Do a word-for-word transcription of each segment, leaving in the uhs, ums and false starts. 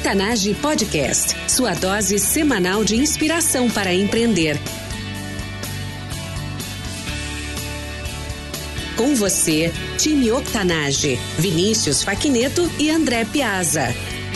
Octanage Podcast, sua dose semanal de inspiração para empreender. Com você, time Octanage, Vinícius Faquineto e André Piazza.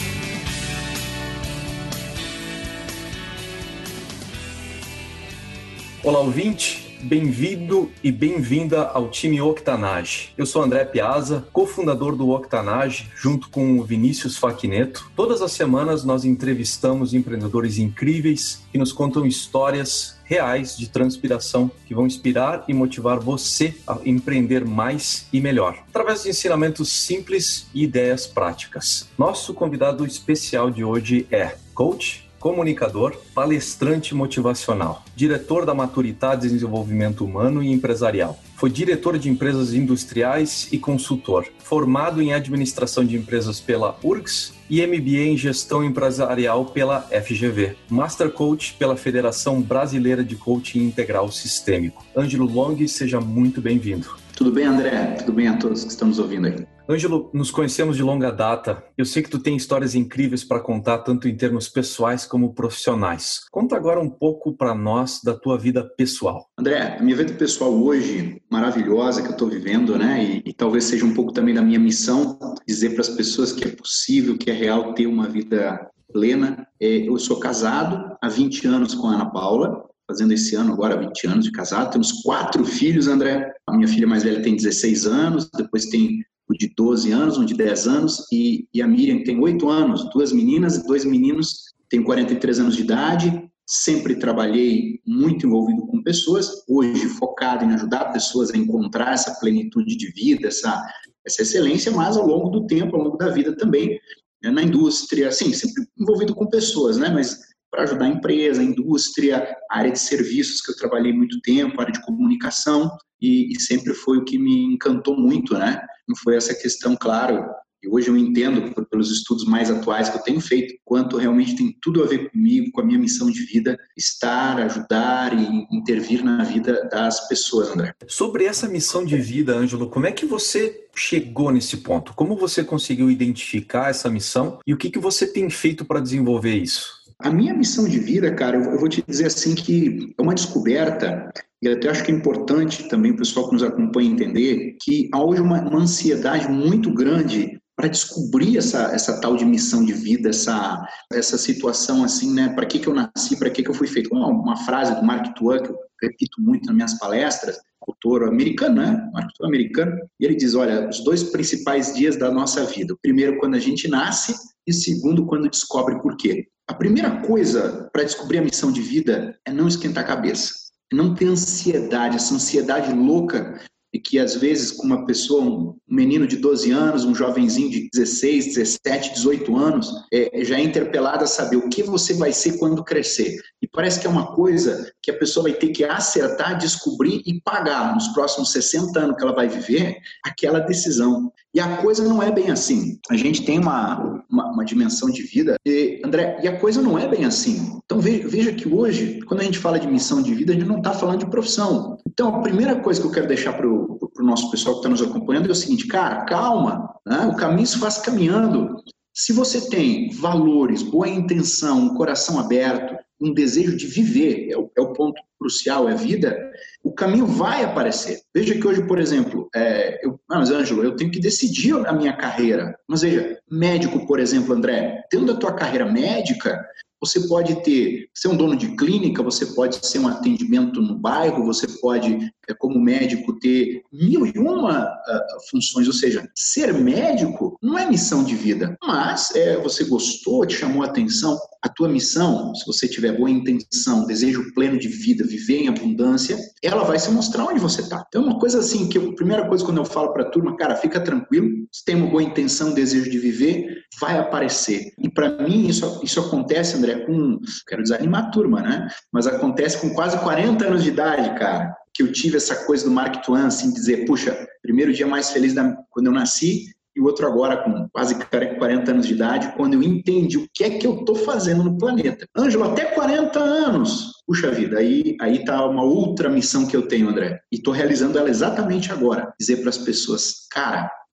Olá, ouvinte, bem-vindo e bem-vinda ao time Octanage. Eu sou André Piazza, cofundador do Octanage, junto com o Vinícius Faquineto. Todas as semanas nós entrevistamos empreendedores incríveis que nos contam histórias reais de transpiração que vão inspirar e motivar você a empreender mais e melhor, através de ensinamentos simples e ideias práticas. Nosso convidado especial de hoje é coach, comunicador, palestrante motivacional, diretor da Maturidade de Desenvolvimento Humano e Empresarial. Foi diretor de empresas industriais e consultor, formado em administração de empresas pela U R G S e M B A em gestão empresarial pela F G V, Master Coach pela Federação Brasileira de Coaching Integral Sistêmico. Ângelo Long, seja muito bem-vindo. Tudo bem, André? Tudo bem a todos que estão nos ouvindo aí? Ângelo, nos conhecemos de longa data. Eu sei que tu tem histórias incríveis para contar, tanto em termos pessoais como profissionais. Conta agora um pouco para nós da tua vida pessoal. André, a minha vida pessoal hoje, maravilhosa, que eu estou vivendo, né? E, e talvez seja um pouco também da minha missão, dizer para as pessoas que é possível, que é real ter uma vida plena. É, eu sou casado há vinte anos com a Ana Paula, fazendo esse ano agora vinte anos de casado. Temos quatro filhos, André. A minha filha mais velha tem dezesseis anos, depois tem um de doze anos, um de dez anos, e, e a Miriam tem oito anos, duas meninas e dois meninos, tem quarenta e três anos de idade. Sempre trabalhei muito envolvido com pessoas, hoje focado em ajudar pessoas a encontrar essa plenitude de vida, essa, essa excelência, mas ao longo do tempo, ao longo da vida também, né, na indústria, assim, sempre envolvido com pessoas, né, mas para ajudar a empresa, a indústria, a área de serviços que eu trabalhei muito tempo, a área de comunicação, e, e sempre foi o que me encantou muito, né? Não foi essa questão, claro, e hoje eu entendo, pelos estudos mais atuais que eu tenho feito, quanto realmente tem tudo a ver comigo, com a minha missão de vida, estar, ajudar e intervir na vida das pessoas, André. Sobre essa missão de vida, Ângelo, como é que você chegou nesse ponto? Como você conseguiu identificar essa missão e o que, que você tem feito para desenvolver isso? A minha missão de vida, cara, eu vou te dizer assim que é uma descoberta, e até acho que é importante também o pessoal que nos acompanha entender que há hoje uma, uma ansiedade muito grande para descobrir essa, essa tal de missão de vida, essa, essa situação assim, né? Para que, que eu nasci, para que, que eu fui feito? Uma, uma frase do Mark Twain, que eu repito muito nas minhas palestras, autor americano, né? Mark Twain americano, e ele diz, olha, os dois principais dias da nossa vida, o primeiro quando a gente nasce e o segundo quando descobre por quê. A primeira coisa para descobrir a missão de vida é não esquentar a cabeça, é não ter ansiedade, essa ansiedade louca e que às vezes com uma pessoa, um menino de doze anos, um jovenzinho de dezesseis, dezessete, dezoito anos, é, já é interpelado a saber o que você vai ser quando crescer. E parece que é uma coisa que a pessoa vai ter que acertar, descobrir e pagar nos próximos sessenta anos que ela vai viver aquela decisão. E a coisa não é bem assim. A gente tem uma, uma, uma dimensão de vida, e, André, e a coisa não é bem assim. Então veja, veja que hoje, quando a gente fala de missão de vida, a gente não está falando de profissão. Então a primeira coisa que eu quero deixar para o nosso pessoal que está nos acompanhando é o seguinte, cara, calma, né? O caminho se faz caminhando. Se você tem valores, boa intenção, um coração aberto, um desejo de viver, é o, é o ponto crucial, é a vida, o caminho vai aparecer. Veja que hoje, por exemplo, é, eu, ah, mas Ângelo, eu tenho que decidir a minha carreira. Mas veja, médico, por exemplo, André, tendo a tua carreira médica, você pode ter, ser um dono de clínica, você pode ser um atendimento no bairro, você pode, como médico, ter mil e uma uh, funções. Ou seja, ser médico não é missão de vida, mas é, você gostou, te chamou a atenção. A tua missão, se você tiver boa intenção, desejo pleno de vida, viver em abundância, ela vai se mostrar onde você está. Então, uma coisa assim, que eu, a primeira coisa quando eu falo para a turma, cara, fica tranquilo, se tem uma boa intenção, desejo de viver, vai aparecer. E para mim, isso, isso acontece, André, com, quero desanimar a turma, né? Mas acontece com quase quarenta anos de idade, cara, que eu tive essa coisa do Mark Twain, assim, dizer, puxa, primeiro dia mais feliz da, quando eu nasci, e o outro agora com quase quarenta anos de idade, quando eu entendi o que é que eu estou fazendo no planeta. Ângelo, até quarenta anos. Puxa vida, aí aí tá uma outra missão que eu tenho, André. E estou realizando ela exatamente agora. Dizer para as pessoas, cara,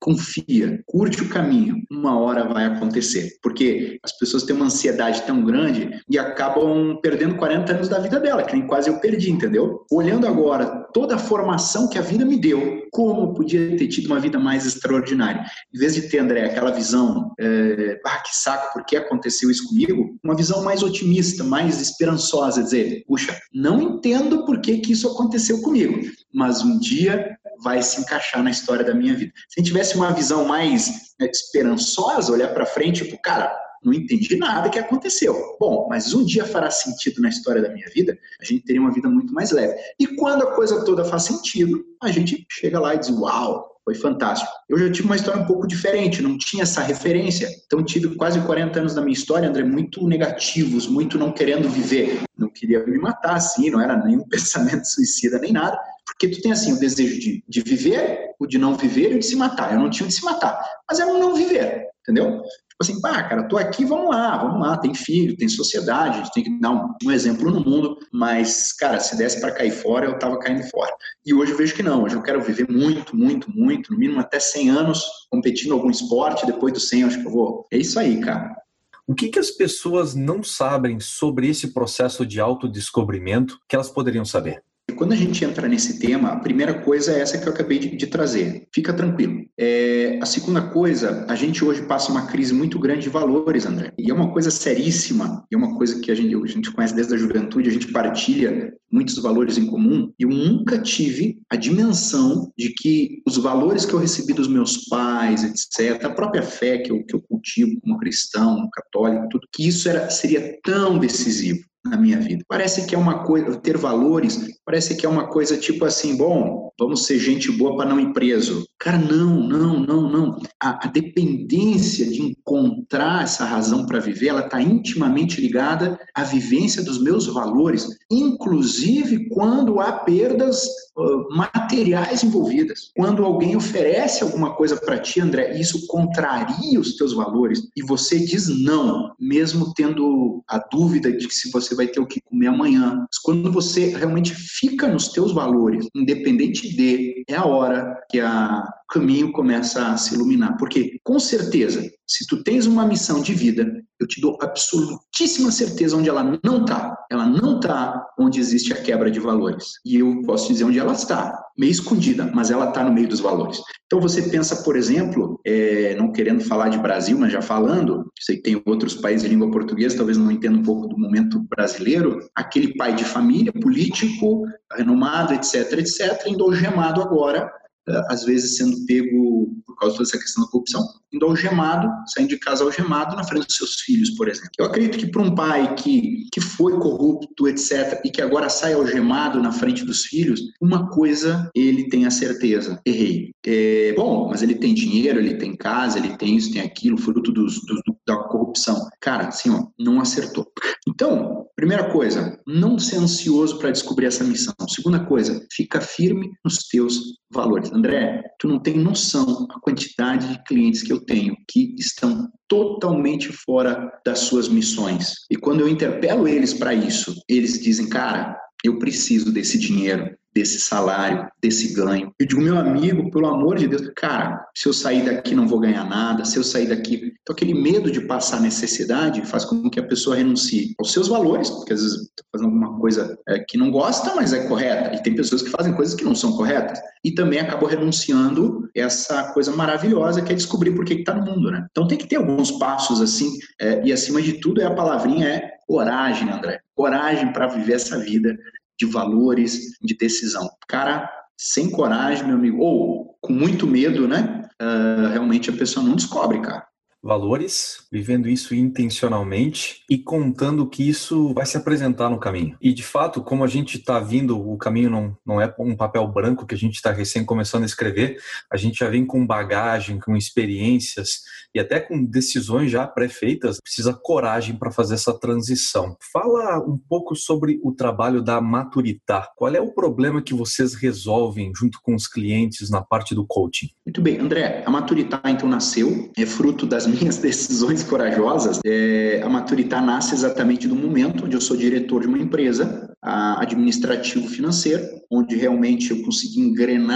confia, curte o caminho, uma hora vai acontecer. Porque as pessoas têm uma ansiedade tão grande e acabam perdendo quarenta anos da vida dela, que nem quase eu perdi, entendeu? Olhando agora toda a formação que a vida me deu, como eu podia ter tido uma vida mais extraordinária. Em vez de ter, André, aquela visão, é, ah, que saco, por que aconteceu isso comigo? Uma visão mais otimista, mais esperançosa, dizer, puxa, não entendo por que que isso aconteceu comigo, mas um dia vai se encaixar na história da minha vida. Se a gente tivesse uma visão mais, né, esperançosa, olhar para frente, tipo, cara, não entendi nada que aconteceu. Bom, mas um dia fará sentido na história da minha vida, a gente teria uma vida muito mais leve. E quando a coisa toda faz sentido, a gente chega lá e diz, uau, foi fantástico. Eu já tive uma história um pouco diferente, não tinha essa referência. Então tive quase quarenta anos da minha história, André, muito negativos, muito não querendo viver. Não queria me matar, assim, não era nenhum pensamento suicida, nem nada. Porque tu tem, assim, o desejo de, de viver, o de não viver e o de se matar. Eu não tinha o de se matar, mas era um não viver, entendeu? Tipo assim, pá, cara, tô aqui, vamos lá, vamos lá, tem filho, tem sociedade, a gente tem que dar um, um exemplo no mundo, mas, cara, se desse para cair fora, eu tava caindo fora. E hoje eu vejo que não, hoje eu quero viver muito, muito, muito, no mínimo até cem anos, competindo em algum esporte, depois dos cem, acho que eu vou... É isso aí, cara. O que que as pessoas não sabem sobre esse processo de autodescobrimento que elas poderiam saber? Quando a gente entra nesse tema, a primeira coisa é essa que eu acabei de, de trazer. Fica tranquilo. É, a segunda coisa, a gente hoje passa uma crise muito grande de valores, André. E é uma coisa seríssima, e é uma coisa que a gente, a gente conhece desde a juventude, a gente partilha muitos valores em comum. Eu nunca tive a dimensão de que os valores que eu recebi dos meus pais, etcétera, a própria fé que eu, que eu cultivo como cristão, católico, tudo, que isso era, seria tão decisivo na minha vida. Parece que é uma coisa, ter valores, parece que é uma coisa tipo assim, bom, vamos ser gente boa para não ir preso. Cara, não, não, não, não. A, a dependência de encontrar essa razão para viver, ela está intimamente ligada à vivência dos meus valores, inclusive quando há perdas uh, materiais envolvidas. Quando alguém oferece alguma coisa para ti, André, isso contraria os teus valores e você diz não, mesmo tendo a dúvida de que se você vai ter o que comer amanhã. Mas quando você realmente fica nos teus valores, independente de, é a hora que a o caminho começa a se iluminar. Porque, com certeza, se tu tens uma missão de vida, eu te dou absolutíssima certeza onde ela não está. Ela não está onde existe a quebra de valores. E eu posso dizer onde ela está, meio escondida, mas ela está no meio dos valores. Então você pensa, por exemplo, é, não querendo falar de Brasil, mas já falando, sei que tem outros países de língua portuguesa, talvez não entenda um pouco do momento brasileiro, aquele pai de família, político, renomado, etc, etc, indo algemado agora, às vezes sendo pego por causa dessa questão da corrupção, indo algemado, saindo de casa algemado na frente dos seus filhos, por exemplo. Eu acredito que para um pai que, que foi corrupto, etcétera, e que agora sai algemado na frente dos filhos, uma coisa ele tem a certeza, errei. É, bom, mas ele tem dinheiro, ele tem casa, ele tem isso, tem aquilo, fruto dos, dos, da corrupção. Cara, assim, ó, não acertou. Então, primeira coisa, não ser ansioso para descobrir essa missão. Segunda coisa, fica firme nos teus valores. André, tu não tem noção a quantidade de clientes que eu tenho que estão totalmente fora das suas missões. E quando eu interpelo eles para isso, eles dizem, cara, eu preciso desse dinheiro, desse salário, desse ganho. Eu digo, meu amigo, pelo amor de Deus, cara, se eu sair daqui não vou ganhar nada, se eu sair daqui... Então aquele medo de passar necessidade faz com que a pessoa renuncie aos seus valores, porque às vezes está fazendo alguma coisa é, que não gosta, mas é correta. E tem pessoas que fazem coisas que não são corretas. E também acabou renunciando essa coisa maravilhosa que é descobrir por que está no mundo, né? Então tem que ter alguns passos assim, é, e acima de tudo é a palavrinha é coragem, André. Coragem para viver essa vida de valores, de decisão. Cara, sem coragem, meu amigo, ou com muito medo, né? Uh, realmente a pessoa não descobre, cara. Valores, vivendo isso intencionalmente e contando que isso vai se apresentar no caminho. E, de fato, como a gente está vindo, o caminho não, não é um papel branco que a gente está recém começando a escrever, a gente já vem com bagagem, com experiências e até com decisões já pré-feitas, precisa coragem para fazer essa transição. Fala um pouco sobre o trabalho da Maturità. Qual é o problema que vocês resolvem junto com os clientes na parte do coaching? Muito bem, André, a Maturità então nasceu, é fruto das minhas decisões corajosas. É, a Maturità nasce exatamente no momento onde eu sou diretor de uma empresa, a administrativo financeiro, onde realmente eu consegui engrenar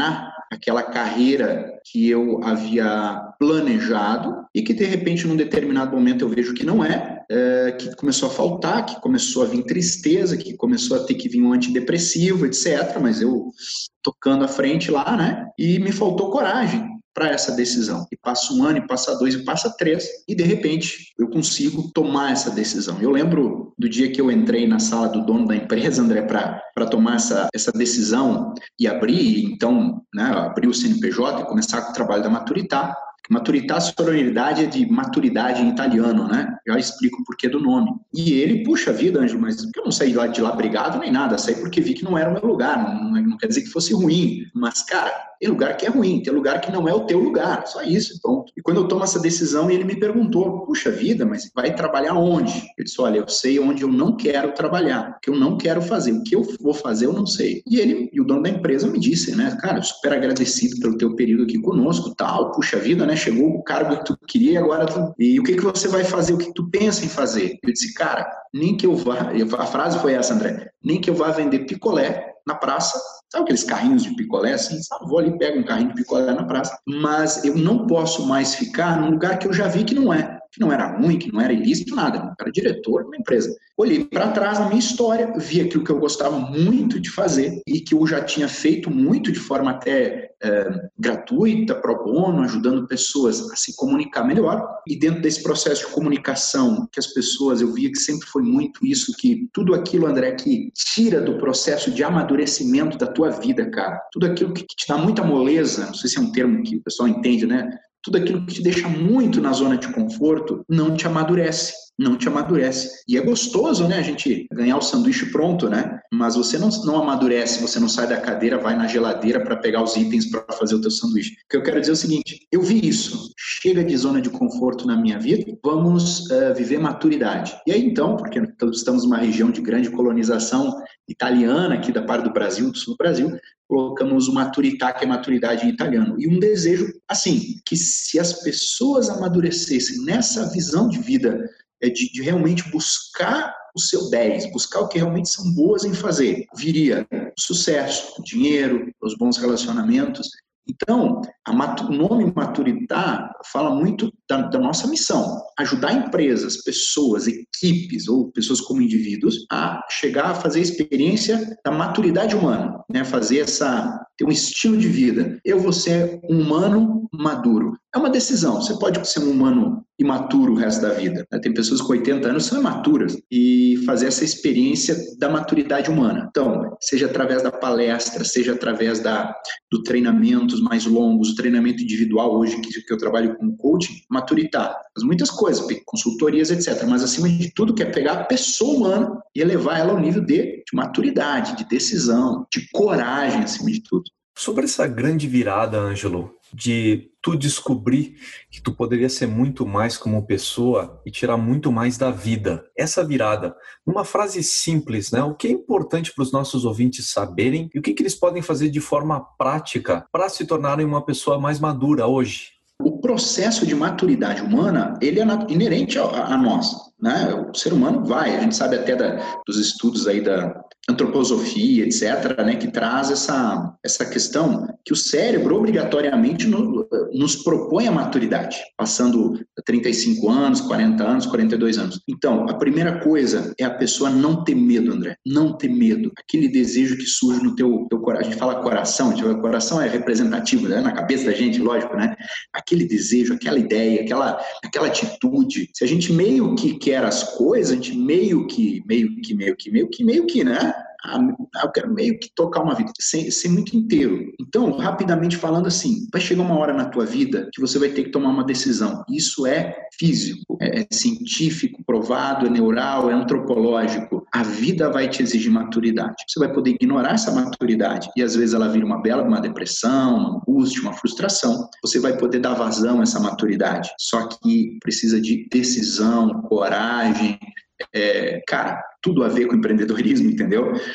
aquela carreira que eu havia planejado e que de repente num determinado momento eu vejo que não é, é que começou a faltar, que começou a vir tristeza, que começou a ter que vir um antidepressivo, etcétera. Mas eu tocando à frente lá, né? E me faltou coragem para essa decisão. E passa um ano, e passa dois, e passa três, e de repente eu consigo tomar essa decisão. Eu lembro do dia que eu entrei na sala do dono da empresa, André, para tomar essa, essa decisão e abrir, então, né, abrir o C N P J e começar com o trabalho da Maturità. Maturità, sororidade é de maturidade em italiano, né? Já explico o porquê do nome. E ele, puxa vida, Ângelo, mas eu não saí de lá brigado nem nada, saí porque vi que não era o meu lugar, não, não quer dizer que fosse ruim, mas, cara, tem lugar que é ruim, tem lugar que não é o teu lugar, só isso, pronto. E quando eu tomo essa decisão, ele me perguntou, puxa vida, mas vai trabalhar onde? Eu disse, olha, eu sei onde eu não quero trabalhar, o que eu não quero fazer, o que eu vou fazer eu não sei. E ele, e o dono da empresa me disse, né, cara, super agradecido pelo teu período aqui conosco, tal, puxa vida, né, chegou o cargo que tu queria e agora tu... E o que que você vai fazer, o que tu pensa em fazer? Eu disse, cara, nem que eu vá, a frase foi essa, André, nem que eu vá vender picolé na praça, sabe aqueles carrinhos de picolé assim? Sabe, vou ali e pego um carrinho de picolé na praça, mas eu não posso mais ficar num lugar que eu já vi que não é, que não era ruim, que não era ilícito, nada, eu era diretor de uma empresa. Olhei para trás na minha história, vi aquilo que eu gostava muito de fazer e que eu já tinha feito muito de forma até é, gratuita, pro bono, ajudando pessoas a se comunicar melhor. E dentro desse processo de comunicação, que as pessoas, eu via que sempre foi muito isso, que tudo aquilo, André, que tira do processo de amadurecimento da tua vida, cara, tudo aquilo que te dá muita moleza, não sei se é um termo que o pessoal entende, né? Tudo aquilo que te deixa muito na zona de conforto não te amadurece, não te amadurece. E é gostoso, né, a gente ganhar o sanduíche pronto, né? Mas você não, não amadurece, você não sai da cadeira, vai na geladeira para pegar os itens para fazer o teu sanduíche. O que eu quero dizer é o seguinte, eu vi isso, chega de zona de conforto na minha vida, vamos uh, viver maturidade. E aí então, porque estamos numa região de grande colonização italiana, aqui da parte do Brasil, do sul do Brasil, colocamos o maturità, que é maturidade em italiano. E um desejo, assim, que se as pessoas amadurecessem nessa visão de vida, é de, de realmente buscar o seu dez, buscar o que realmente são boas em fazer, viria o sucesso, o dinheiro, os bons relacionamentos. Então, a matu- o nome Maturità fala muito da, da nossa missão, ajudar empresas, pessoas, equipes ou pessoas como indivíduos a chegar a fazer a experiência da maturidade humana, né? Fazer essa, ter um estilo de vida. Eu vou ser um humano maduro. É uma decisão, você pode ser um humano imaturo o resto da vida, né? Tem pessoas com oitenta anos que são imaturas e fazer essa experiência da maturidade humana. Então, seja através da palestra, seja através da, do treinamentos mais longos, o treinamento individual hoje que, que eu trabalho com coaching, Maturità, faz muitas coisas, consultorias, etcétera. Mas acima de tudo quer pegar a pessoa humana e elevar ela ao nível de, de maturidade, de decisão, de coragem acima de tudo. Sobre essa grande virada, Ângelo, de tu descobrir que tu poderia ser muito mais como pessoa e tirar muito mais da vida. Essa virada, numa frase simples, né? O que é importante para os nossos ouvintes saberem e o que, que eles podem fazer de forma prática para se tornarem uma pessoa mais madura hoje? O processo de maturidade humana, ele é inerente a, a nós, né? O ser humano vai, a gente sabe até da, dos estudos aí da antroposofia, etcétera, né, que traz essa, essa questão que o cérebro obrigatoriamente no, nos propõe a maturidade, passando trinta e cinco anos, quarenta anos, quarenta e dois anos. Então, a primeira coisa é a pessoa não ter medo, André, não ter medo. Aquele desejo que surge no teu, teu coração, a gente fala coração, o coração é representativo, né, na cabeça da gente, lógico, né? Aquele desejo, aquela ideia, aquela, aquela atitude. Se a gente meio que quer as coisas, a gente meio que, meio que, meio que, meio que, meio que, né? Ah, eu quero meio que tocar uma vida, ser, ser muito inteiro. Então, rapidamente falando assim, vai chegar uma hora na tua vida que você vai ter que tomar uma decisão. Isso é físico, é científico, provado, é neural, é antropológico. A vida vai te exigir maturidade. Você vai poder ignorar essa maturidade e às vezes ela vira uma bela, uma depressão, uma angústia, uma frustração. Você vai poder dar vazão a essa maturidade. Só que precisa de decisão, coragem, É, cara, tudo a ver com empreendedorismo, entendeu?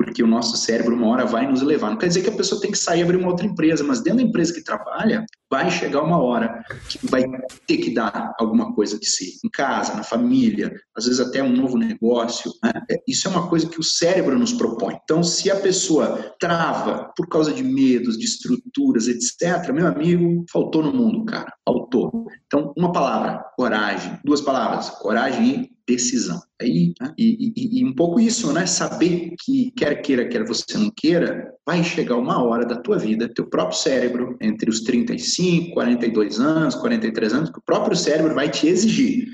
porque o nosso cérebro uma hora vai nos levar. Não quer dizer que a pessoa tem que sair e abrir uma outra empresa, mas dentro da empresa que trabalha, vai chegar uma hora que vai ter que dar alguma coisa de si. Em casa, na família, às vezes até um novo negócio. Né? Isso é uma coisa que o cérebro nos propõe. Então, se a pessoa trava por causa de medos, de estruturas, etcétera, meu amigo, faltou no mundo, cara. Faltou. Então, uma palavra, coragem. Duas palavras, coragem e decisão. Aí, né? e, e, e um pouco isso, né? Saber que quer queira, quer você não queira, vai chegar uma hora da tua vida, teu próprio cérebro, entre os trinta e cinco, quarenta e dois anos, quarenta e três anos, que o próprio cérebro vai te exigir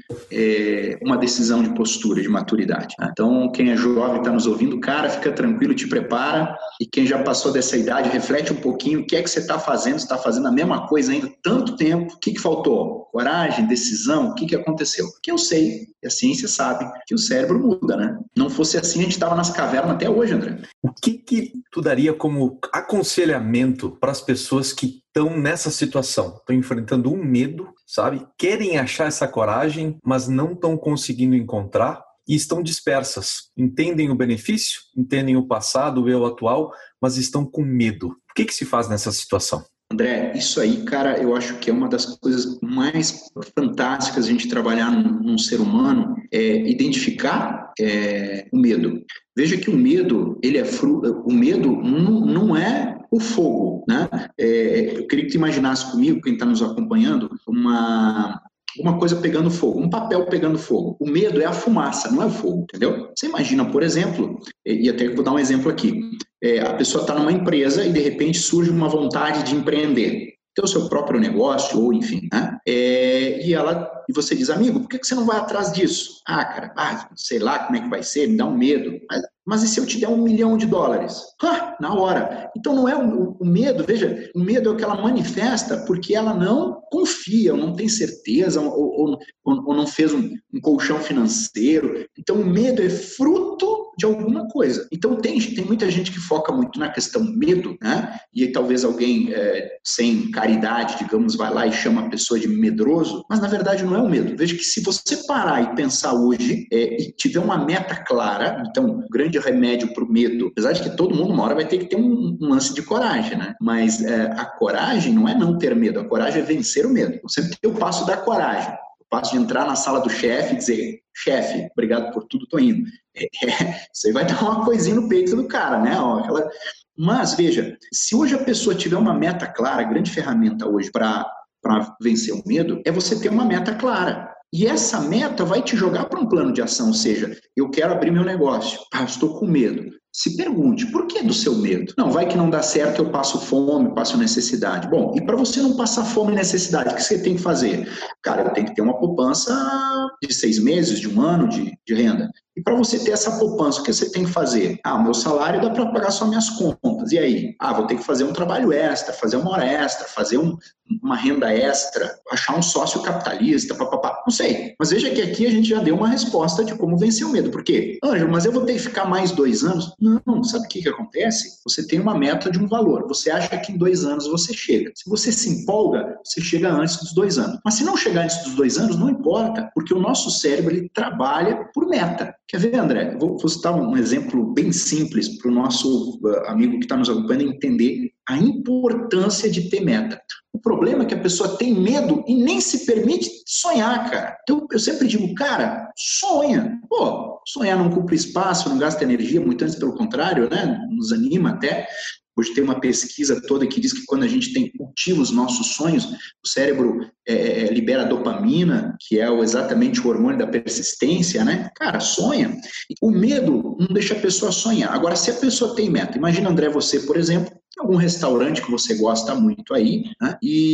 é, uma decisão de postura, de maturidade. Né? Então, quem é jovem está nos ouvindo, cara, fica tranquilo, te prepara, e quem já passou dessa idade, reflete um pouquinho, o que é que você está fazendo, você está fazendo a mesma coisa ainda tanto tempo, o que, que faltou? Coragem, decisão, o que, que aconteceu? Porque eu sei, e a ciência sabe, que o cérebro muda, né? Não fosse assim, a gente estava nas cavernas até hoje, André. O que que tu daria como aconselhamento para as pessoas que estão nessa situação? Estão enfrentando um medo, sabe? Querem achar essa coragem, mas não estão conseguindo encontrar e estão dispersas. Entendem o benefício, entendem o passado, o eu atual, mas estão com medo. O que que se faz nessa situação? André, isso aí, cara, eu acho que é uma das coisas mais fantásticas a gente trabalhar num, num ser humano, é identificar é, o medo. Veja que o medo, ele é fru... o medo não, não é o fogo, né? É, eu queria que tu imaginasse comigo, quem está nos acompanhando, uma... uma coisa pegando fogo, um papel pegando fogo. O medo é a fumaça, não é o fogo, entendeu? Você imagina, por exemplo, e até vou dar um exemplo aqui, é, a pessoa está numa empresa e de repente surge uma vontade de empreender, ter o seu próprio negócio, ou enfim, né? É, e, ela, e você diz, amigo, por que você não vai atrás disso? Ah, cara, ah, sei lá como é que vai ser, me dá um medo. Mas, mas e se eu te der um milhão de dólares? Ah, na hora. Então não é o, o medo, veja, o medo é o que ela manifesta porque ela não confia, ou não tem certeza, ou, ou, ou, ou não fez um, um colchão financeiro. Então o medo é fruto de alguma coisa. Então tem, tem muita gente que foca muito na questão medo, né? E aí, talvez alguém é, sem caridade, digamos, vai lá e chama a pessoa de medroso, mas na verdade não é o medo. Veja que se você parar e pensar hoje é, e tiver uma meta clara, então o grande remédio para o medo, apesar de que todo mundo uma hora vai ter que ter um, um lance de coragem, né? Mas é, a coragem não é não ter medo, a coragem é vencer o medo. Você tem o passo da coragem, o passo de entrar na sala do chefe e dizer, chefe, obrigado por tudo, tô indo. É, é, você vai dar uma coisinha no peito do cara, né? Ó, aquela... Mas, veja, se hoje a pessoa tiver uma meta clara, a grande ferramenta hoje para para vencer o medo é você ter uma meta clara. E essa meta vai te jogar para um plano de ação, ou seja, eu quero abrir meu negócio, ah, estou com medo. Se pergunte, por que do seu medo? Não, vai que não dá certo, eu passo fome, passo necessidade. Bom, e para você não passar fome e necessidade, o que você tem que fazer? Cara, eu tenho que ter uma poupança de seis meses, de um ano de, de renda. E para você ter essa poupança, o que você tem que fazer? Ah, o meu salário dá para pagar só minhas contas. E aí? Ah, vou ter que fazer um trabalho extra, fazer uma hora extra, fazer um, uma renda extra, achar um sócio capitalista, papapá. Não sei. Mas veja que aqui a gente já deu uma resposta de como vencer o medo. Por quê? Ângelo, mas eu vou ter que ficar mais dois anos? Não, sabe o que, que acontece? Você tem uma meta de um valor. Você acha que em dois anos você chega. Se você se empolga, você chega antes dos dois anos. Mas se não chegar antes dos dois anos, não importa, porque o nosso cérebro ele trabalha por meta. Quer ver, André? Vou, vou citar um exemplo bem simples para o nosso uh, amigo que está nos acompanhando entender a importância de ter meta. O problema é que a pessoa tem medo e nem se permite sonhar, cara. Então, eu sempre digo, cara, sonha. Pô, sonhar não ocupa espaço, não gasta energia, muito antes pelo contrário, né? Nos anima até. Hoje tem uma pesquisa toda que diz que quando a gente tem cultiva os nossos sonhos, o cérebro é, libera dopamina, que é o, exatamente o hormônio da persistência, né? Cara, sonha. O medo não deixa a pessoa sonhar. Agora, se a pessoa tem meta, imagina, André, você, por exemplo, tem algum restaurante que você gosta muito aí, né?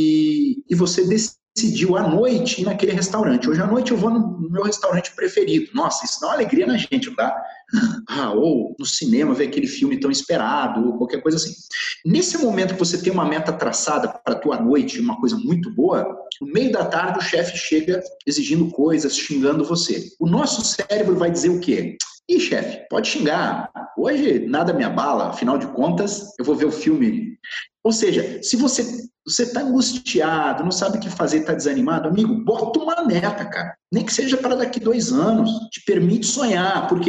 e, e você decidiu à noite ir naquele restaurante. Hoje à noite eu vou no meu restaurante preferido. Nossa, isso dá uma alegria na gente, não dá? Ah, ou no cinema ver aquele filme tão esperado, ou qualquer coisa assim. Nesse momento que você tem uma meta traçada para a tua noite, uma coisa muito boa, no meio da tarde o chefe chega exigindo coisas, xingando você. O nosso cérebro vai dizer o quê? Ih, chefe, pode xingar. Hoje nada me abala, afinal de contas eu vou ver o filme. Ou seja, se você você está angustiado, não sabe o que fazer, está desanimado, amigo, bota uma meta, cara. Nem que seja para daqui dois anos. Te permite sonhar. Por quê?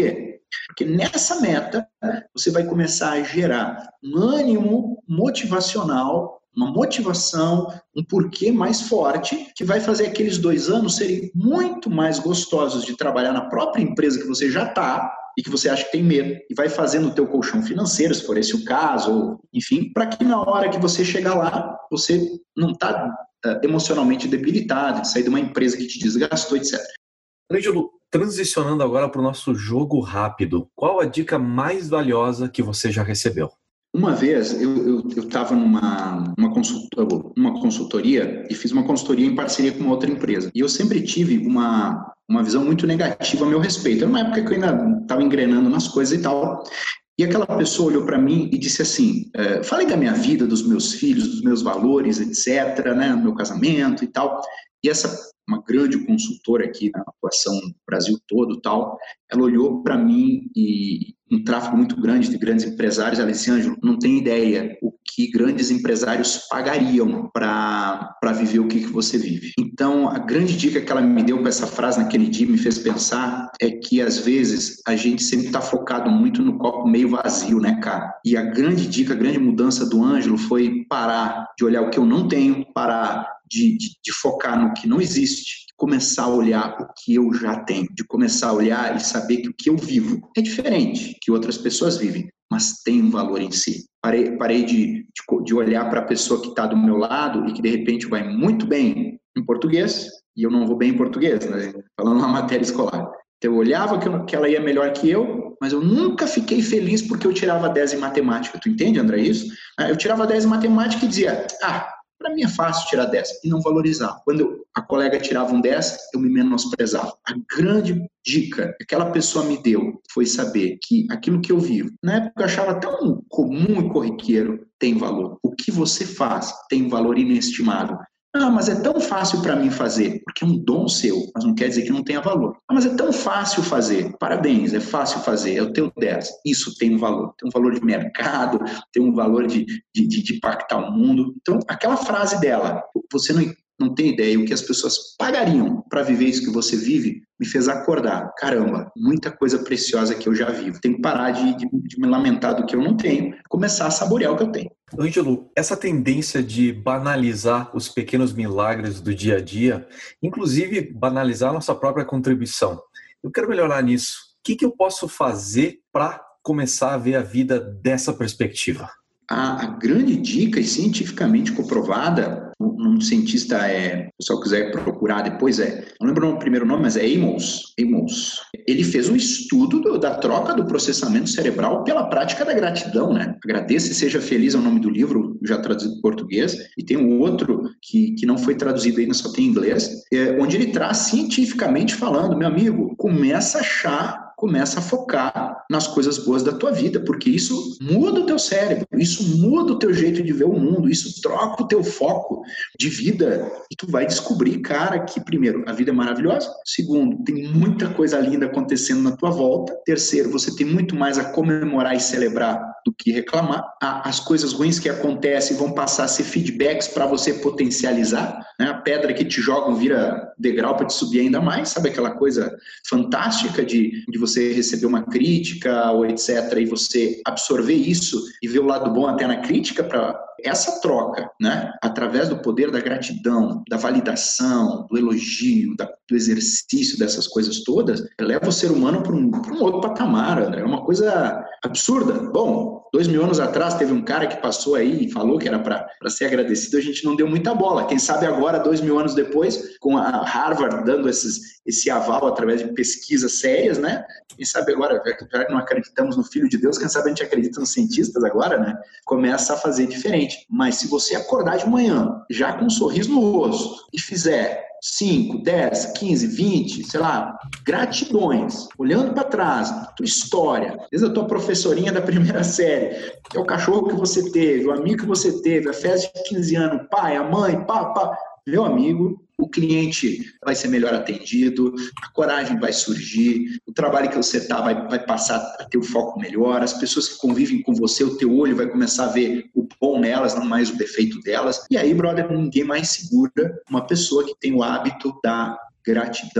Porque nessa meta, você vai começar a gerar um ânimo motivacional, uma motivação, um porquê mais forte, que vai fazer aqueles dois anos serem muito mais gostosos de trabalhar na própria empresa que você já está e que você acha que tem medo, e vai fazendo o teu colchão financeiro, se for esse o caso, ou, enfim, para que na hora que você chegar lá, você não está uh, emocionalmente debilitado, de sair de uma empresa que te desgastou, etcétera. Ângelo, transicionando agora para o nosso jogo rápido, qual a dica mais valiosa que você já recebeu? Uma vez eu estava numa uma consultoria, uma consultoria e fiz uma consultoria em parceria com uma outra empresa. E eu sempre tive uma, uma visão muito negativa a meu respeito. Era uma época que eu ainda estava engrenando nas coisas e tal. E aquela pessoa olhou para mim e disse assim, é, falei da minha vida, dos meus filhos, dos meus valores, etcétera, né, do meu casamento e tal. E essa, uma grande consultora aqui na atuação no Brasil todo tal, ela olhou para mim e um tráfego muito grande de grandes empresários, ela disse, Ângelo, não tem ideia o que grandes empresários pagariam para viver o que, que você vive. Então, a grande dica que ela me deu com essa frase naquele dia, me fez pensar, é que às vezes a gente sempre está focado muito no copo meio vazio, né, cara? E a grande dica, a grande mudança do Ângelo foi parar de olhar o que eu não tenho, parar de, de, de focar no que não existe, começar a olhar o que eu já tenho, de começar a olhar e saber que o que eu vivo é diferente que outras pessoas vivem, mas tem um valor em si. Parei, parei de, de, de olhar para a pessoa que está do meu lado e que de repente vai muito bem em português e eu não vou bem em português, né? Falando na matéria escolar. Então eu olhava que, eu, que ela ia melhor que eu, mas eu nunca fiquei feliz porque eu tirava dez em matemática. Tu entende, André, isso? Eu tirava dez em matemática e dizia, ah, para mim é fácil tirar dez, e não valorizar. Quando eu, a colega tirava um dez, eu me menosprezava. A grande dica que aquela pessoa me deu foi saber que aquilo que eu vivo, na época eu achava tão comum e corriqueiro, tem valor. O que você faz tem um valor inestimável. Ah, mas é tão fácil para mim fazer, porque é um dom seu, mas não quer dizer que não tenha valor. Ah, mas é tão fácil fazer. Parabéns, é fácil fazer, é o teu dez. Isso tem um valor, tem um valor de mercado, tem um valor de, de, de impactar o mundo. Então, aquela frase dela, você não, não tem ideia o que as pessoas pagariam para viver isso que você vive, me fez acordar. Caramba, muita coisa preciosa que eu já vivo. Tenho que parar de, de, de me lamentar do que eu não tenho, começar a saborear o que eu tenho. Ângelo, essa tendência de banalizar os pequenos milagres do dia a dia, inclusive banalizar nossa própria contribuição, eu quero melhorar nisso. O que, que eu posso fazer para começar a ver a vida dessa perspectiva? A, a grande dica, e cientificamente comprovada, um, um cientista, é, se o pessoal quiser procurar depois, é, não lembro o primeiro nome, mas é Amos. Amos. Ele fez um estudo do, da troca do processamento cerebral pela prática da gratidão, né? Agradeça e seja feliz é o nome do livro, já traduzido em português, e tem um outro que, que não foi traduzido ainda, só tem em inglês, é, onde ele traz cientificamente falando, meu amigo, começa a achar começa a focar nas coisas boas da tua vida, porque isso muda o teu cérebro, isso muda o teu jeito de ver o mundo, isso troca o teu foco de vida e tu vai descobrir, cara, que primeiro, a vida é maravilhosa, segundo, tem muita coisa linda acontecendo na tua volta, terceiro, você tem muito mais a comemorar e celebrar do que reclamar, as coisas ruins que acontecem vão passar a ser feedbacks para você potencializar, né? A pedra que te jogam vira degrau para te subir ainda mais, sabe aquela coisa fantástica de, de você receber uma crítica ou etcétera, e você absorver isso e ver o lado bom até na crítica. Para essa troca, né, através do poder da gratidão, da validação, do elogio, da, do exercício dessas coisas todas, leva o ser humano para um, para um outro patamar, André. É uma coisa absurda. Bom, dois mil anos atrás teve um cara que passou aí e falou que era para ser agradecido, a gente não deu muita bola. Quem sabe agora, dois mil anos depois, com a Harvard dando esses, esse aval através de pesquisas sérias, né? Quem sabe agora, já que não acreditamos no Filho de Deus, quem sabe a gente acredita nos cientistas agora, né? Começa a fazer diferente. Mas se você acordar de manhã, já com um sorriso no rosto, e fizer cinco, dez, quinze, vinte, sei lá, gratidões, olhando para trás, tua história, desde a tua professorinha da primeira série, é o cachorro que você teve, o amigo que você teve, a festa de quinze anos, o pai, a mãe, pá, pá, meu amigo, o cliente vai ser melhor atendido, a coragem vai surgir, o trabalho que você está vai, vai passar a ter o foco melhor, as pessoas que convivem com você, o teu olho vai começar a ver o bom nelas, não mais o defeito delas. E aí, brother, ninguém mais segura uma pessoa que tem o hábito da gratidão,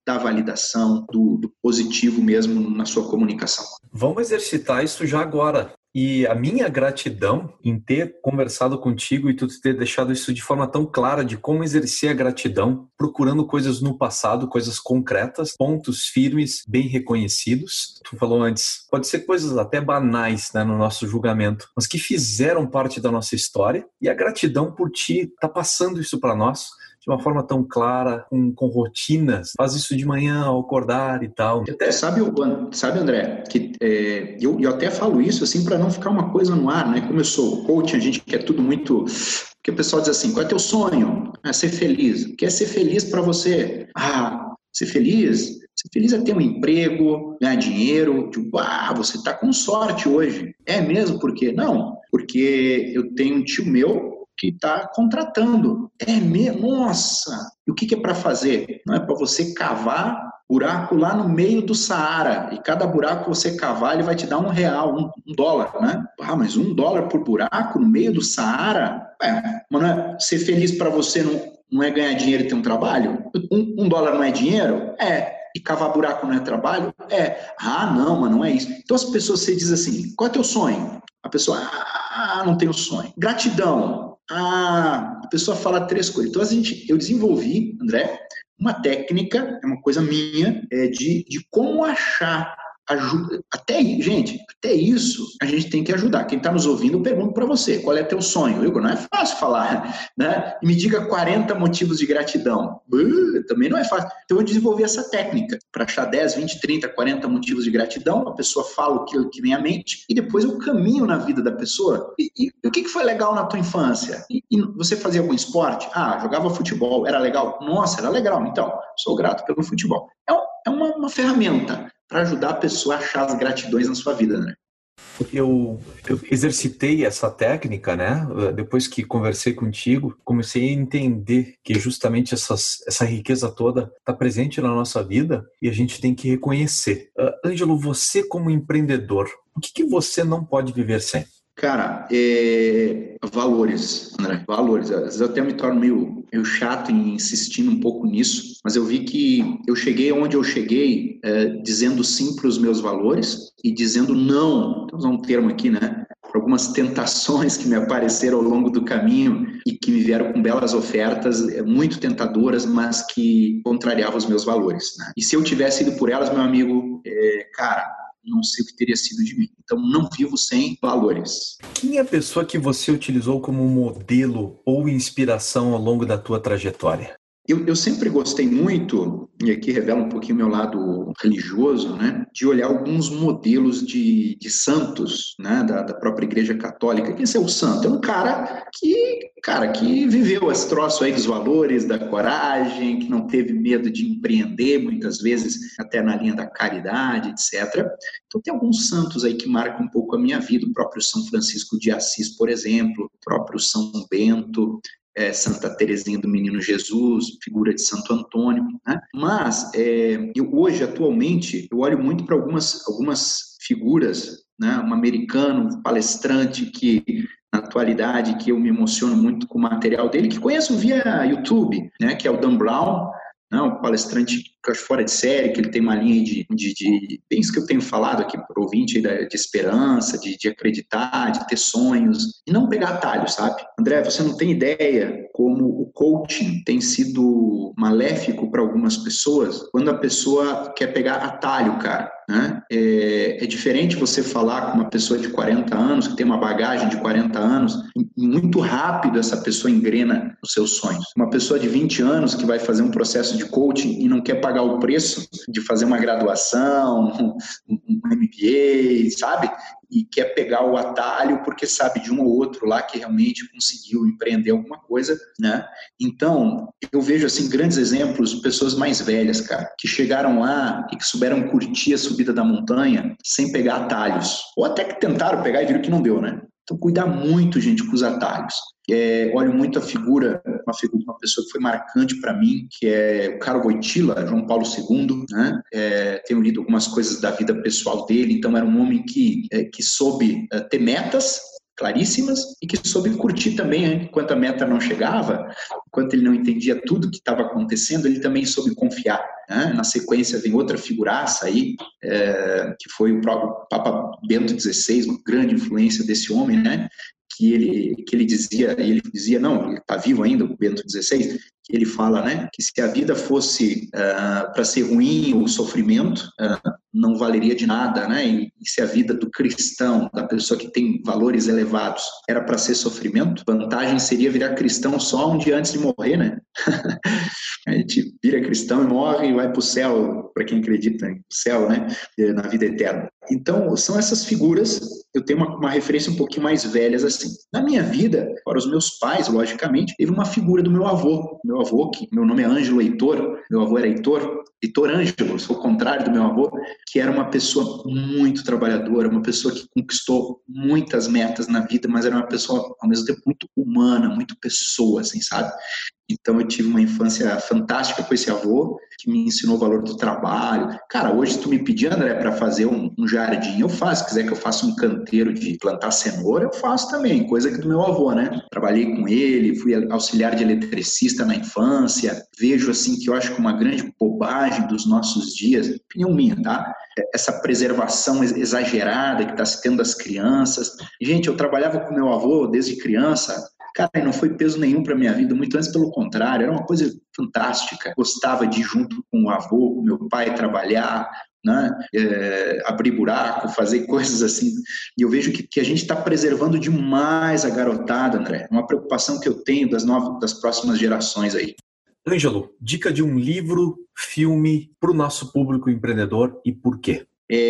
da validação, do, do positivo mesmo na sua comunicação. Vamos exercitar isso já agora. E a minha gratidão em ter conversado contigo e tu ter deixado isso de forma tão clara de como exercer a gratidão, procurando coisas no passado, coisas concretas, pontos firmes, bem reconhecidos. Tu falou antes, pode ser coisas até banais, né, no nosso julgamento, mas que fizeram parte da nossa história, e a gratidão por ti tá passando isso para nós de uma forma tão clara, com, com rotinas. Faz isso de manhã ao acordar e tal. Até, sabe, sabe, André, que é, eu, eu até falo isso assim para não ficar uma coisa no ar, né? Como eu sou coach, a gente quer tudo muito... Porque o pessoal diz assim, qual é teu sonho? É ser feliz. O que é ser feliz para você? Ah, ser feliz? Ser feliz é ter um emprego, ganhar dinheiro. Tipo, ah, você está com sorte hoje. É mesmo? Por quê? Não, porque eu tenho um tio meu que está contratando. É mesmo? Nossa! E o que, que é para fazer? Não é para você cavar buraco lá no meio do Saara. E cada buraco que você cavar, ele vai te dar um real, um, um dólar, né? Ah, mas um dólar por buraco no meio do Saara? É, mas não é ser feliz para você não, não é ganhar dinheiro e ter um trabalho? Um, um dólar não é dinheiro? É. E cavar buraco não é trabalho? É. Ah, não, mas não é isso. Então as pessoas, você diz assim, qual é teu sonho? A pessoa, ah, não tenho sonho. Gratidão. Ah, a pessoa fala três coisas. Então, a gente, eu desenvolvi, André, uma técnica, é uma coisa minha, é de, de como achar ajuda. Até, gente, até isso a gente tem que ajudar. Quem está nos ouvindo, eu pergunto para você, qual é teu sonho? Igor, não é fácil falar, né? E me diga quarenta motivos de gratidão. Uh, também não é fácil. Então, eu desenvolvi essa técnica para achar dez, vinte, trinta, quarenta motivos de gratidão. A pessoa fala o que, que vem à mente e depois eu caminho na vida da pessoa. E, e, e o que, que foi legal na tua infância? E, e você fazia algum esporte? Ah, jogava futebol. Era legal? Nossa, era legal. Então, sou grato pelo futebol. É, um, é uma, uma ferramenta para ajudar a pessoa a achar as gratidões na sua vida, né? Eu, eu exercitei essa técnica, né? Depois que conversei contigo, comecei a entender que justamente essas, essa riqueza toda está presente na nossa vida e a gente tem que reconhecer. Uh, Ângelo, você como empreendedor, o que, que você não pode viver sem? Cara, é... valores, André, valores. Às vezes eu até me torno meio, meio chato em insistindo um pouco nisso, mas eu vi que eu cheguei onde eu cheguei é, dizendo sim para os meus valores e dizendo não, vou usar um termo aqui, né? Para algumas tentações que me apareceram ao longo do caminho e que me vieram com belas ofertas, muito tentadoras, mas que contrariavam os meus valores, né? E se eu tivesse ido por elas, meu amigo, é, cara, não sei o que teria sido de mim. Então, não vivo sem valores. Quem é a pessoa que você utilizou como modelo ou inspiração ao longo da tua trajetória? Eu, eu sempre gostei muito, e aqui revela um pouquinho o meu lado religioso, né, de olhar alguns modelos de, de santos, né, da, da própria Igreja Católica. Quem é o santo? É um cara que, cara que viveu esse troço aí dos valores, da coragem, que não teve medo de empreender, muitas vezes até na linha da caridade, etcétera. Então tem alguns santos aí que marcam um pouco a minha vida, o próprio São Francisco de Assis, por exemplo, o próprio São Bento, É, Santa Teresinha do Menino Jesus, figura de Santo Antônio, né? Mas é, eu hoje, atualmente, eu olho muito para algumas, algumas figuras, né? Um americano, um palestrante que, na atualidade, que eu me emociono muito com o material dele, que conheço via YouTube, né? Que é o Dan Brown, né? Um palestrante que eu acho fora de série, que ele tem uma linha de, de, de bem isso que eu tenho falado aqui para o ouvinte, de, de esperança, de, de acreditar, de ter sonhos, e não pegar atalhos, sabe? André, você não tem ideia como o coaching tem sido maléfico para algumas pessoas quando a pessoa quer pegar atalho, cara, né? É, é diferente você falar com uma pessoa de quarenta anos, que tem uma bagagem de quarenta anos, e muito rápido essa pessoa engrena os seus sonhos. Uma pessoa de vinte anos que vai fazer um processo de coaching e não quer pagar o preço de fazer uma graduação, um, um M B A, sabe? E quer pegar o atalho porque sabe de um ou outro lá que realmente conseguiu empreender alguma coisa, né? Então, eu vejo, assim, grandes exemplos, pessoas mais velhas, cara, que chegaram lá e que souberam curtir a subida da montanha sem pegar atalhos. Ou até que tentaram pegar e viram que não deu, né? Então, cuidar muito, gente, com os atalhos. É, olho muito a figura, uma figura de uma pessoa que foi marcante para mim, que é o Karol Wojtyla, João Paulo segundo, né? É, tenho lido algumas coisas da vida pessoal dele, então era um homem que, é, que soube é, ter metas, claríssimas e que soube curtir também, hein? Enquanto a meta não chegava, enquanto ele não entendia tudo que estava acontecendo, ele também soube confiar, né? Na sequência vem outra figuraça aí, é, que foi o próprio Papa Bento dezesseis, uma grande influência desse homem, né? Que ele, que ele dizia, ele dizia, não, ele está vivo ainda, o Bento dezesseis, que ele fala, né, que se a vida fosse uh, para ser ruim ou sofrimento, uh, não valeria de nada, né, e, e se a vida do cristão, da pessoa que tem valores elevados, era para ser sofrimento, vantagem seria virar cristão só um dia antes de morrer, né? A gente vira cristão e morre e vai para o céu, para quem acredita no céu, né, na vida eterna. Então, são essas figuras, eu tenho uma, uma referência um pouquinho mais velhas assim. Na minha vida, para os meus pais, logicamente, teve uma figura do meu avô. Meu avô, que meu nome é Ângelo Heitor, meu avô era Heitor, Heitor Ângelo, sou o contrário do meu avô, que era uma pessoa muito trabalhadora, uma pessoa que conquistou muitas metas na vida, mas era uma pessoa, ao mesmo tempo, muito humana, muito pessoa, assim, sabe? Então eu tive uma infância fantástica com esse avô, que me ensinou o valor do trabalho. Cara, hoje se tu me pedir, André, para fazer um, um jardim, eu faço. Se quiser que eu faça um canteiro de plantar cenoura, eu faço também, coisa que do meu avô, né? Trabalhei com ele, fui auxiliar de eletricista na infância. Vejo, assim, que eu acho que uma grande bobagem dos nossos dias, opinião minha, tá? Essa preservação exagerada que está se tendo das crianças. Gente, eu trabalhava com meu avô desde criança. Cara, não foi peso nenhum para minha vida, muito antes pelo contrário, era uma coisa fantástica. Gostava de ir junto com o avô, com o meu pai, trabalhar, né? É, abrir buraco, fazer coisas assim. E eu vejo que, que a gente está preservando demais a garotada, André. Uma preocupação que eu tenho das, novas, das próximas gerações aí. Ângelo, dica de um livro, filme para o nosso público empreendedor e por quê?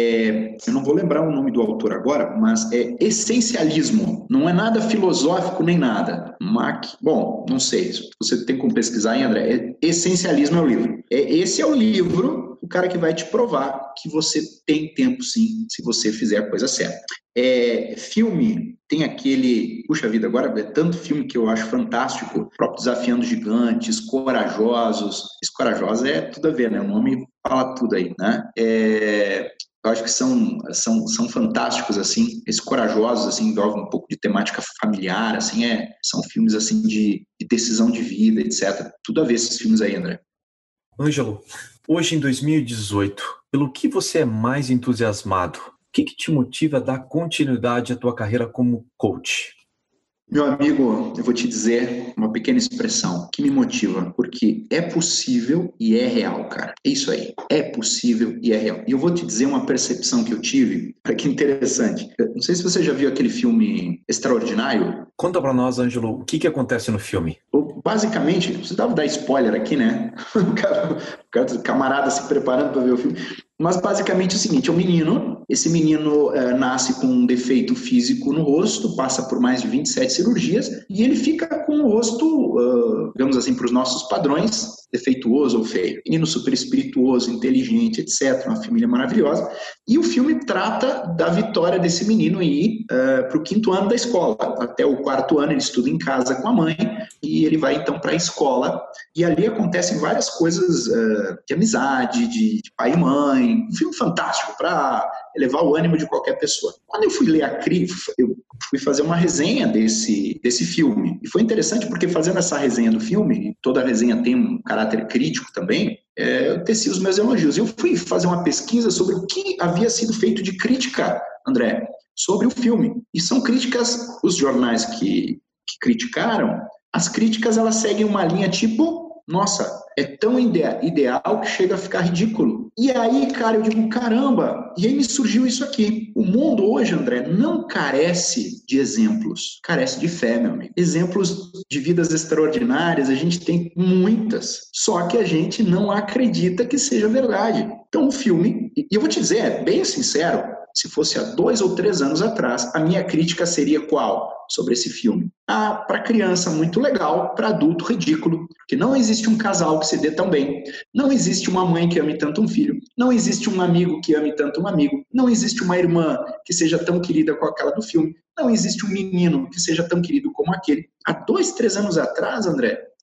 É, eu não vou lembrar o nome do autor agora, mas é Essencialismo. Não é nada filosófico nem nada. Mac, bom, não sei. Você tem como pesquisar aí, André. É, Essencialismo é o livro. É, esse é o livro, o cara que vai te provar que você tem tempo sim, se você fizer a coisa certa. É, filme, tem aquele... Puxa vida, agora é tanto filme que eu acho fantástico. O próprio Desafiando Gigantes, Corajosos. Esse Corajosos é tudo a ver, né? O nome fala tudo aí, né? É... Eu acho que são, são, são fantásticos, assim, esses Corajosos, assim, envolvem um pouco de temática familiar, assim, é, são filmes, assim, de, de decisão de vida, etcétera. Tudo a ver esses filmes aí, André. Ângelo, hoje em dois mil e dezoito, pelo que você é mais entusiasmado? O que, que te motiva a dar continuidade à tua carreira como coach? Meu amigo, eu vou te dizer uma pequena expressão que me motiva, porque é possível e é real, cara. É isso aí. É possível e é real. E eu vou te dizer uma percepção que eu tive, que interessante. Eu não sei se você já viu aquele filme Extraordinário. Conta pra nós, Ângelo, o que, que acontece no filme? Basicamente, você dava dar spoiler aqui, né? O cara, o cara, o camarada se preparando para ver o filme. Mas basicamente é o seguinte, é um menino, esse menino é, nasce com um defeito físico no rosto, passa por mais de vinte e sete cirurgias e ele fica com o rosto, uh, digamos assim, para os nossos padrões, defeituoso ou feio. Menino super espirituoso, inteligente, etcétera. Uma família maravilhosa. E o filme trata da vitória desse menino ir uh, para o quinto ano da escola. Até o quarto ano ele estuda em casa com a mãe e ele vai então para a escola. E ali acontecem várias coisas uh, de amizade, de, de pai e mãe. Um filme fantástico para elevar o ânimo de qualquer pessoa. Quando eu fui ler a crítica, eu fui fazer uma resenha desse, desse filme. E foi interessante porque fazendo essa resenha do filme, toda resenha tem um caráter crítico também, é, eu teci os meus elogios. Eu fui fazer uma pesquisa sobre o que havia sido feito de crítica, André, sobre o filme. E são críticas, os jornais que, que criticaram, as críticas elas seguem uma linha tipo... Nossa, é tão ideal que chega a ficar ridículo. E aí, cara, eu digo, caramba, e aí me surgiu isso aqui. O mundo hoje, André, não carece de exemplos, carece de fé, meu amigo. Exemplos de vidas extraordinárias, a gente tem muitas, só que a gente não acredita que seja verdade. Então o filme, e eu vou te dizer, bem sincero, se fosse há dois ou três anos atrás, a minha crítica seria qual sobre esse filme? Ah, para criança muito legal, para adulto ridículo, porque não existe um casal que se dê tão bem, não existe uma mãe que ame tanto um filho, não existe um amigo que ame tanto um amigo, não existe uma irmã que seja tão querida como aquela do filme, não existe um menino que seja tão querido como aquele. Há dois, três anos atrás, André,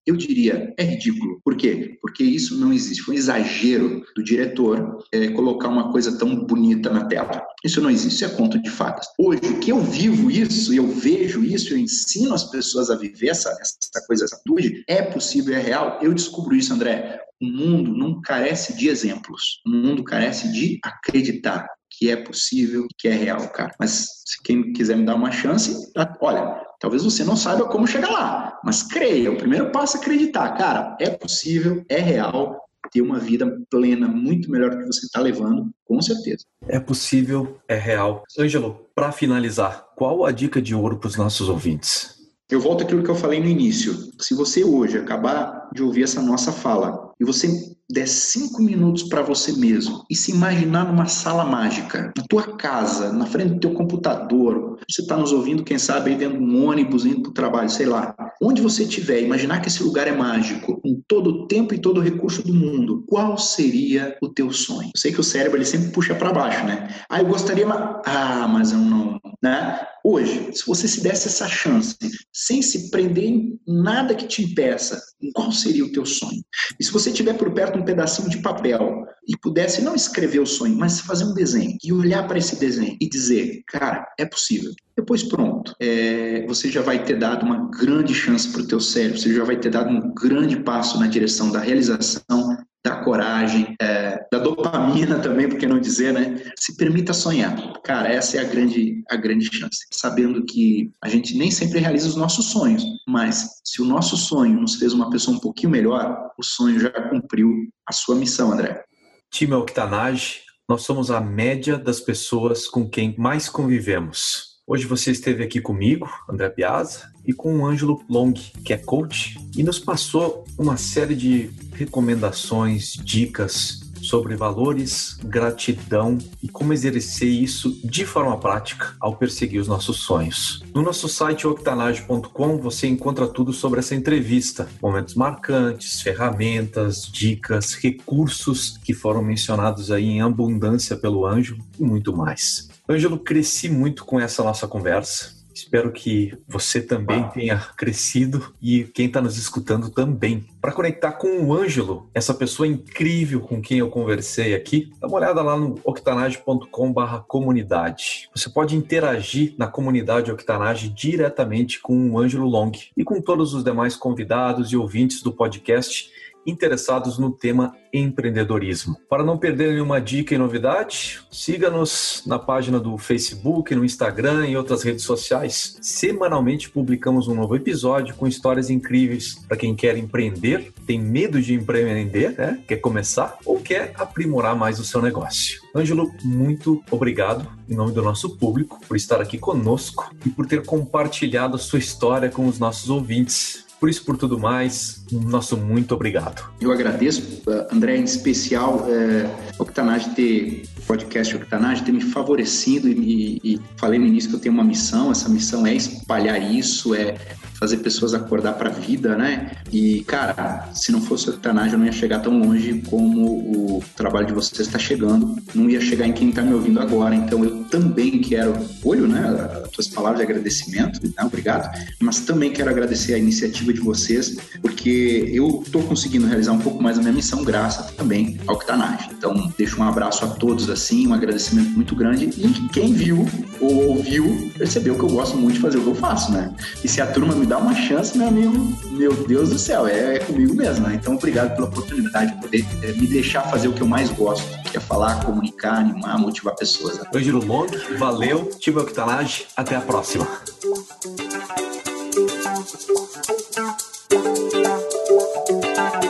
Eu diria, é ridículo. Por quê? Porque isso não existe. Foi um exagero do diretor é, colocar uma coisa tão bonita na tela. Isso não existe, isso é conto de fadas. Hoje, que eu vivo isso, eu vejo isso, eu ensino as pessoas a viver essa, essa coisa, essa atitude, é possível, é real. Eu descubro isso, André. O mundo não carece de exemplos. O mundo carece de acreditar que é possível, que é real, cara. Mas se quem quiser me dar uma chance, olha, talvez você não saiba como chegar lá, mas creia, o primeiro passo é acreditar. Cara, é possível, é real, ter uma vida plena, muito melhor do que você está levando, com certeza. É possível, é real. Ângelo, para finalizar, qual a dica de ouro para os nossos ouvintes? Eu volto àquilo que eu falei no início. Se você hoje acabar de ouvir essa nossa fala e você der cinco minutos para você mesmo e se imaginar numa sala mágica, na tua casa, na frente do teu computador, você está nos ouvindo, quem sabe, aí dentro de um ônibus, indo para o trabalho, sei lá. Onde você estiver, imaginar que esse lugar é mágico, com todo o tempo e todo o recurso do mundo, qual seria o teu sonho? Eu sei que o cérebro ele sempre puxa para baixo, né? Ah, eu gostaria, mas... Ah, mas eu não... Né? Hoje, se você se desse essa chance, sem se prender em nada que te impeça, qual seria o teu sonho? E se você tiver por perto um pedacinho de papel e pudesse não escrever o sonho, mas fazer um desenho e olhar para esse desenho e dizer, cara, é possível. Depois pronto, é, você já vai ter dado uma grande chance para o teu cérebro, você já vai ter dado um grande passo na direção da realização, da coragem, é, da dopamina também, por que não dizer, né? Se permita sonhar. Cara, essa é a grande, a grande chance. Sabendo que a gente nem sempre realiza os nossos sonhos, mas se o nosso sonho nos fez uma pessoa um pouquinho melhor, o sonho já cumpriu a sua missão, André. Time Octanage, nós somos a média das pessoas com quem mais convivemos. Hoje você esteve aqui comigo, André Piazza, e com o Ângelo Long, que é coach, e nos passou uma série de recomendações, dicas sobre valores, gratidão e como exercer isso de forma prática ao perseguir os nossos sonhos. No nosso site octanage ponto com você encontra tudo sobre essa entrevista, momentos marcantes, ferramentas, dicas, recursos que foram mencionados aí em abundância pelo Ângelo e muito mais. Ângelo, cresci muito com essa nossa conversa. Espero que você também tenha crescido e quem está nos escutando também. Para conectar com o Ângelo, essa pessoa incrível com quem eu conversei aqui, dá uma olhada lá no octanage ponto com barra comunidade. Você pode interagir na comunidade Octanage diretamente com o Ângelo Long e com todos os demais convidados e ouvintes do podcast interessados no tema empreendedorismo. Para não perder nenhuma dica e novidade, siga-nos na página do Facebook, no Instagram e outras redes sociais. Semanalmente publicamos um novo episódio com histórias incríveis para quem quer empreender, tem medo de empreender, né? Quer começar ou quer aprimorar mais o seu negócio. Ângelo, muito obrigado em nome do nosso público por estar aqui conosco e por ter compartilhado a sua história com os nossos ouvintes. Por isso, por tudo mais, nosso muito obrigado. Eu agradeço, André, em especial, é, Octanage ter, o podcast Octanage ter me favorecido e, e falei no início que eu tenho uma missão, essa missão é espalhar isso, é fazer pessoas acordar para a vida, né? E, cara, se não fosse o Octanage, eu não ia chegar tão longe como o trabalho de vocês está chegando, não ia chegar em quem está me ouvindo agora, então eu também quero, olho, né, as tuas palavras de agradecimento, né, obrigado, mas também quero agradecer a iniciativa de vocês, porque eu estou conseguindo realizar um pouco mais a minha missão graças também ao Octanage. Então, deixo um abraço a todos, assim, um agradecimento muito grande, e quem viu ou ouviu, percebeu que eu gosto muito de fazer o que eu faço, né? E se a turma me dá uma chance, meu amigo, meu Deus do céu, é, é comigo mesmo, né? Então, obrigado pela oportunidade de poder é, me deixar fazer o que eu mais gosto, que é falar, comunicar, animar, motivar pessoas. Né? Ângelo Long, valeu, Time Octanage, até a próxima. Thank you.